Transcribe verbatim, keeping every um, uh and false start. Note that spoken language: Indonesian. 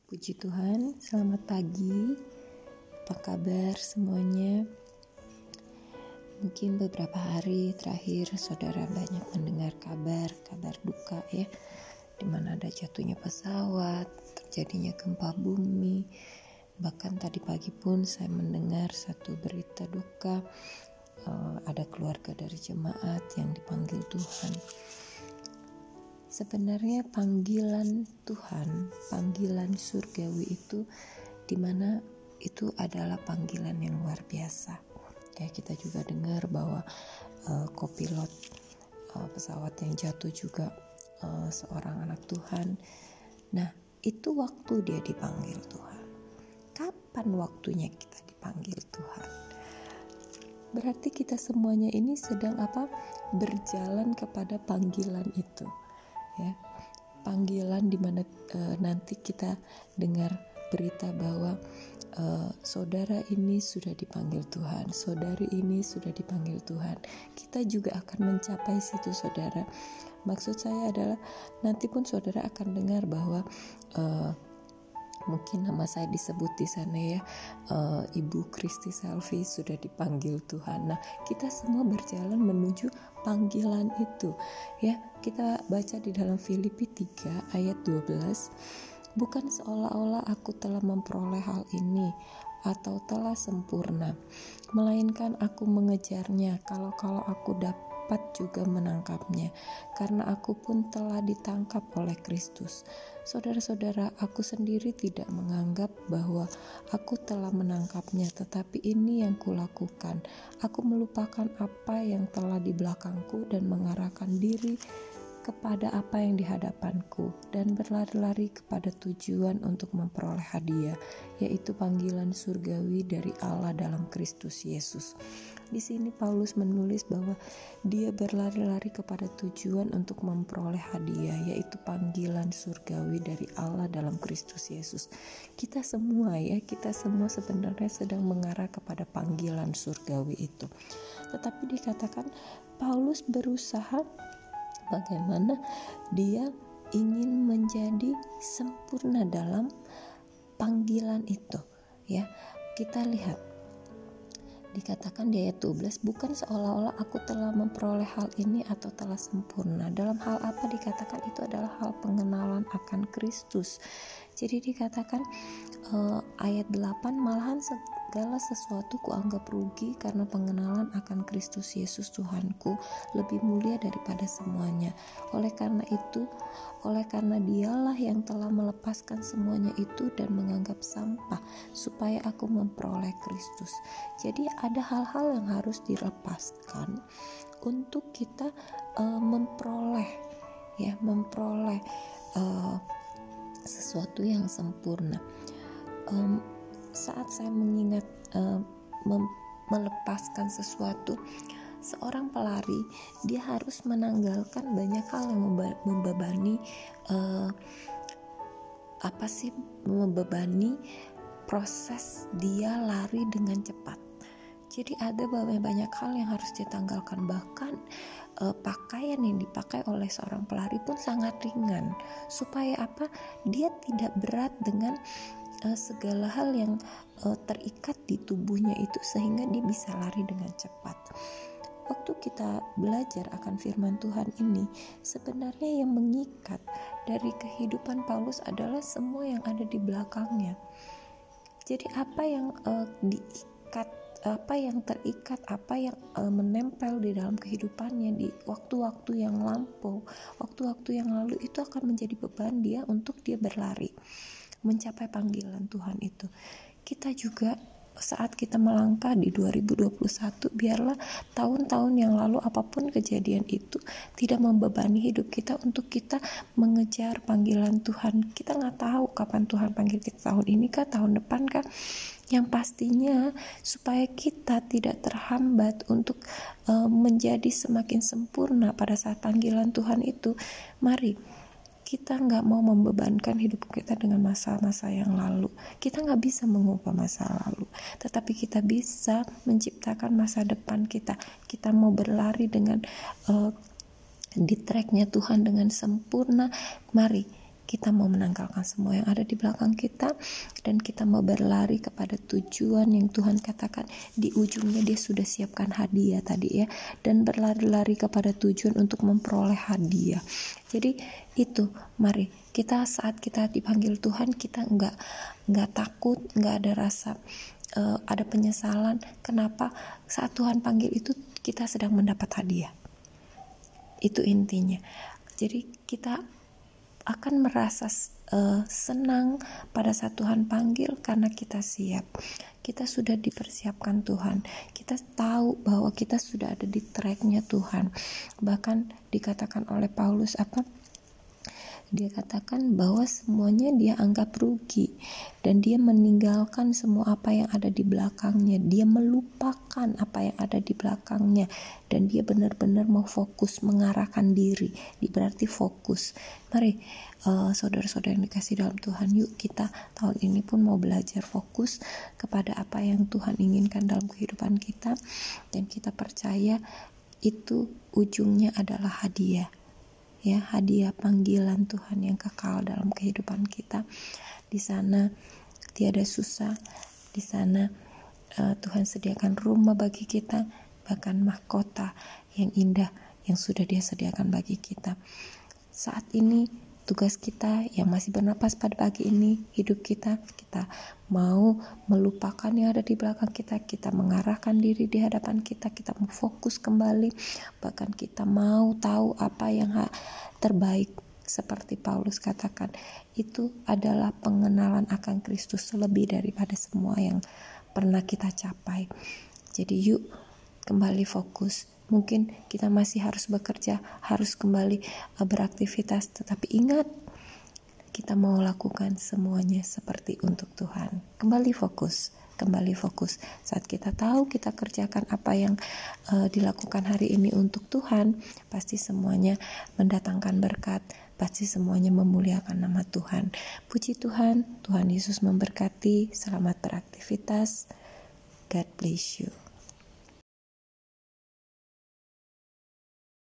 Puji Tuhan, selamat pagi. Apa kabar semuanya? Mungkin beberapa hari terakhir saudara banyak mendengar kabar, kabar duka ya, di mana ada jatuhnya pesawat, terjadinya gempa bumi. Bahkan tadi pagi pun saya mendengar satu berita duka, uh, ada keluarga dari jemaat yang dipanggil Tuhan. Sebenarnya panggilan Tuhan, panggilan surgawi itu dimana itu adalah panggilan yang luar biasa. Kayak kita juga dengar bahwa uh, kopilot uh, pesawat yang jatuh juga uh, seorang anak Tuhan. Nah, itu waktu dia dipanggil Tuhan. Kapan waktunya kita dipanggil Tuhan? Berarti kita semuanya ini sedang apa? Berjalan kepada panggilan itu. Ya, panggilan di mana e, nanti kita dengar berita bahwa e, saudara ini sudah dipanggil Tuhan, saudari ini sudah dipanggil Tuhan. Kita juga akan mencapai situ, saudara. Maksud saya adalah nanti pun saudara akan dengar bahwa e, mungkin nama saya disebut di sana ya, uh, Ibu Kristi Selvi sudah dipanggil Tuhan. Nah, kita semua berjalan menuju panggilan itu. Ya, kita baca di dalam Filipi tiga ayat dua belas. Bukan seolah-olah aku telah memperoleh hal ini atau telah sempurna, melainkan aku mengejarnya kalau-kalau aku dapat juga menangkapnya, karena aku pun telah ditangkap oleh Kristus. Saudara-saudara, aku sendiri tidak menganggap bahwa aku telah menangkapnya, tetapi ini yang kulakukan. Aku melupakan apa yang telah di belakangku dan mengarahkan diri kepada apa yang di hadapanku, dan berlari-lari kepada tujuan untuk memperoleh hadiah, yaitu panggilan surgawi dari Allah dalam Kristus Yesus. Di sini Paulus menulis bahwa dia berlari-lari kepada tujuan untuk memperoleh hadiah, yaitu panggilan surgawi dari Allah dalam Kristus Yesus. Kita semua ya, kita semua sebenarnya sedang mengarah kepada panggilan surgawi itu. Tetapi dikatakan Paulus berusaha bagaimana dia ingin menjadi sempurna dalam panggilan itu. Ya, kita lihat dikatakan di ayat dua belas, bukan seolah-olah aku telah memperoleh hal ini atau telah sempurna. Dalam hal apa dikatakan itu adalah hal pengenalan akan Kristus. Jadi dikatakan uh, ayat delapan, malahan segala sesuatu kuanggap rugi karena pengenalan akan Kristus Yesus Tuhanku lebih mulia daripada semuanya. Oleh karena itu, oleh karena dialah yang telah melepaskan semuanya itu dan menganggap sampah supaya aku memperoleh Kristus. Jadi ada hal-hal yang harus dilepaskan untuk kita uh, memperoleh ya, memperoleh uh, sesuatu yang sempurna. Um, saat saya mengingat uh, mem- melepaskan sesuatu, seorang pelari dia harus menanggalkan banyak hal yang memba- membebani uh, apa sih membebani proses dia lari dengan cepat. Jadi ada banyak hal yang harus ditanggalkan, bahkan uh, pakaian yang dipakai oleh seorang pelari pun sangat ringan, supaya apa? Dia tidak berat dengan uh, segala hal yang uh, terikat di tubuhnya itu, sehingga dia bisa lari dengan cepat. Waktu kita belajar akan firman Tuhan ini, sebenarnya yang mengikat dari kehidupan Paulus adalah semua yang ada di belakangnya. Jadi apa yang uh, diikat, apa yang terikat, apa yang uh, menempel di dalam kehidupannya di waktu-waktu yang lampau, waktu-waktu yang lalu, itu akan menjadi beban dia untuk dia berlari mencapai panggilan Tuhan itu. Kita juga saat kita melangkah di dua ribu dua puluh satu, biarlah tahun-tahun yang lalu apapun kejadian itu tidak membebani hidup kita untuk kita mengejar panggilan Tuhan. Kita nggak tahu kapan Tuhan panggil kita, tahun ini kah, tahun depan kah. Yang pastinya supaya kita tidak terhambat untuk uh, menjadi semakin sempurna pada saat panggilan Tuhan itu, mari kita nggak mau membebankan hidup kita dengan masa-masa yang lalu. Kita nggak bisa mengubah masa lalu, tetapi kita bisa menciptakan masa depan kita. Kita mau berlari dengan uh, di tracknya Tuhan dengan sempurna. Mari kita mau menanggalkan semua yang ada di belakang kita, dan kita mau berlari kepada tujuan yang Tuhan katakan di ujungnya dia sudah siapkan hadiah tadi ya, dan berlari-lari kepada tujuan untuk memperoleh hadiah. Jadi itu, mari kita saat kita dipanggil Tuhan, kita enggak enggak takut, enggak ada rasa uh, ada penyesalan. Kenapa? Saat Tuhan panggil itu kita sedang mendapat hadiah. Itu intinya. Jadi kita akan merasa uh, senang pada saat Tuhan panggil karena kita siap. Kita sudah dipersiapkan Tuhan. Kita tahu bahwa kita sudah ada di tracknya Tuhan. Bahkan dikatakan oleh Paulus apa? Dia katakan bahwa semuanya dia anggap rugi, dan dia meninggalkan semua apa yang ada di belakangnya. Dia melupakan apa yang ada di belakangnya, dan dia benar-benar mau fokus mengarahkan diri. Dia berarti fokus. Mari uh, saudara-saudara yang dikasih dalam Tuhan, yuk kita tahun ini pun mau belajar fokus kepada apa yang Tuhan inginkan dalam kehidupan kita, dan kita percaya itu ujungnya adalah hadiah. Ya, hadiah panggilan Tuhan yang kekal dalam kehidupan kita. Di sana tiada susah, di sana uh, Tuhan sediakan rumah bagi kita, bahkan mahkota yang indah yang sudah Dia sediakan bagi kita. Saat ini tugas kita yang masih bernapas pada pagi ini, hidup kita, kita mau melupakan yang ada di belakang kita, kita mengarahkan diri di hadapan kita, kita mau fokus kembali, bahkan kita mau tahu apa yang terbaik. Seperti Paulus katakan, itu adalah pengenalan akan Kristus lebih daripada semua yang pernah kita capai. Jadi yuk kembali fokus. Mungkin kita masih harus bekerja, harus kembali uh, beraktivitas, tetapi ingat, kita mau lakukan semuanya seperti untuk Tuhan. Kembali fokus, kembali fokus. Saat kita tahu kita kerjakan apa yang uh, dilakukan hari ini untuk Tuhan, pasti semuanya mendatangkan berkat, pasti semuanya memuliakan nama Tuhan. Puji Tuhan, Tuhan Yesus memberkati. Selamat beraktivitas. God bless you.